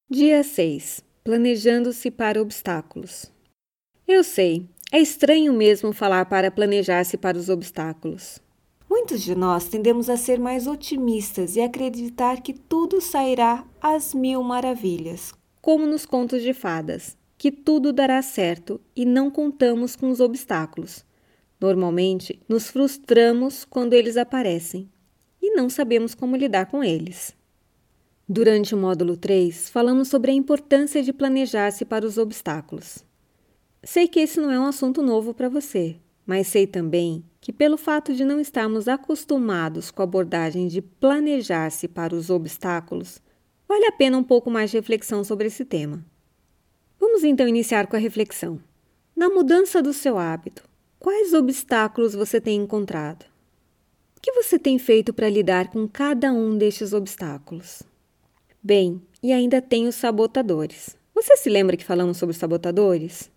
Dia 6. Planejando-se para obstáculos. Eu sei, é estranho mesmo falar para planejar-se para os obstáculos. Muitos de nós tendemos a ser mais otimistas e acreditar que tudo sairá às mil maravilhas, como nos contos de fadas, que tudo dará certo e não contamos com os obstáculos. Normalmente, nos frustramos quando eles aparecem e não sabemos como lidar com eles. Durante o módulo 3, falamos sobre a importância de planejar-se para os obstáculos. Sei que esse não é um assunto novo para você, mas sei também que pelo fato de não estarmos acostumados com a abordagem de planejar-se para os obstáculos, vale a pena um pouco mais de reflexão sobre esse tema. Vamos então iniciar com a reflexão. Na mudança do seu hábito, quais obstáculos você tem encontrado? O que você tem feito para lidar com cada um destes obstáculos? Bem, e ainda tem os sabotadores. Você se lembra que falamos sobre os sabotadores?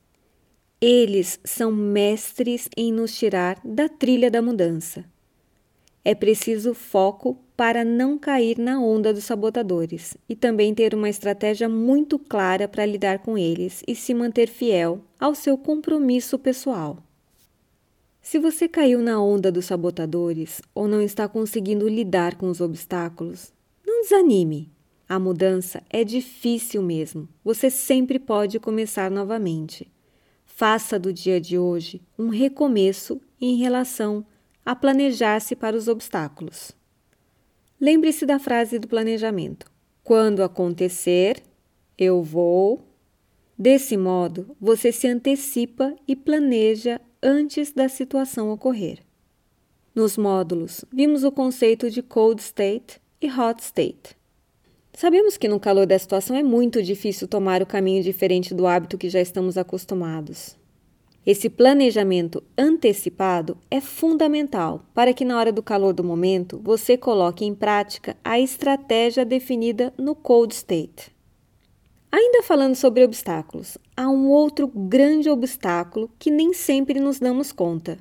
Eles são mestres em nos tirar da trilha da mudança. É preciso foco para não cair na onda dos sabotadores e também ter uma estratégia muito clara para lidar com eles e se manter fiel ao seu compromisso pessoal. Se você caiu na onda dos sabotadores ou não está conseguindo lidar com os obstáculos, não desanime. A mudança é difícil mesmo. Você sempre pode começar novamente. Faça do dia de hoje um recomeço em relação a planejar-se para os obstáculos. Lembre-se da frase do planejamento. Quando acontecer, eu vou. Desse modo, você se antecipa e planeja antes da situação ocorrer. Nos módulos, vimos o conceito de cold state e hot state. Sabemos que no calor da situação é muito difícil tomar o caminho diferente do hábito que já estamos acostumados. Esse planejamento antecipado é fundamental para que na hora do calor do momento você coloque em prática a estratégia definida no cold state. Ainda falando sobre obstáculos, há um outro grande obstáculo que nem sempre nos damos conta.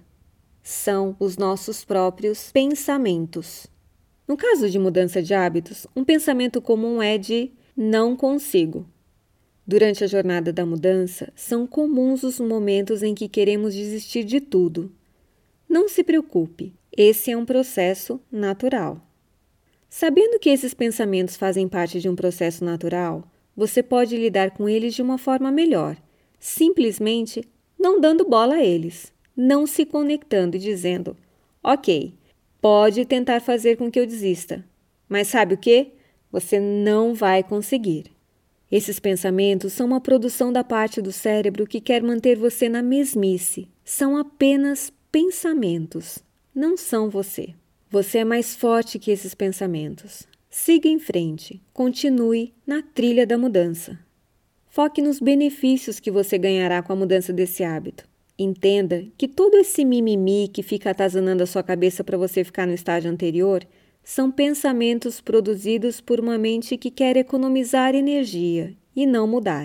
São os nossos próprios pensamentos. No caso de mudança de hábitos, um pensamento comum é de não consigo. Durante a jornada da mudança, são comuns os momentos em que queremos desistir de tudo. Não se preocupe, esse é um processo natural. Sabendo que esses pensamentos fazem parte de um processo natural, você pode lidar com eles de uma forma melhor, simplesmente não dando bola a eles, não se conectando e dizendo, ok, pode tentar fazer com que eu desista, mas sabe o quê? Você não vai conseguir. Esses pensamentos são uma produção da parte do cérebro que quer manter você na mesmice. São apenas pensamentos, não são você. Você é mais forte que esses pensamentos. Siga em frente, continue na trilha da mudança. Foque nos benefícios que você ganhará com a mudança desse hábito. Entenda que todo esse mimimi que fica atazanando a sua cabeça para você ficar no estágio anterior são pensamentos produzidos por uma mente que quer economizar energia e não mudar.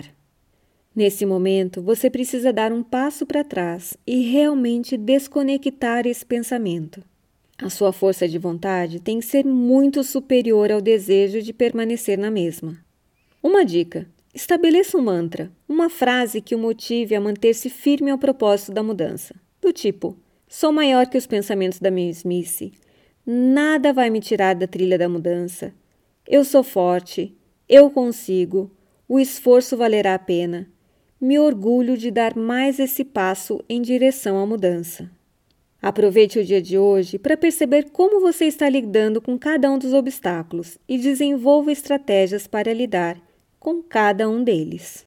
Nesse momento, você precisa dar um passo para trás e realmente desconectar esse pensamento. A sua força de vontade tem que ser muito superior ao desejo de permanecer na mesma. Uma dica: estabeleça um mantra, uma frase que o motive a manter-se firme ao propósito da mudança. Do tipo, sou maior que os pensamentos da mesmice, nada vai me tirar da trilha da mudança, eu sou forte, eu consigo, o esforço valerá a pena, me orgulho de dar mais esse passo em direção à mudança. Aproveite o dia de hoje para perceber como você está lidando com cada um dos obstáculos e desenvolva estratégias para lidar com cada um deles.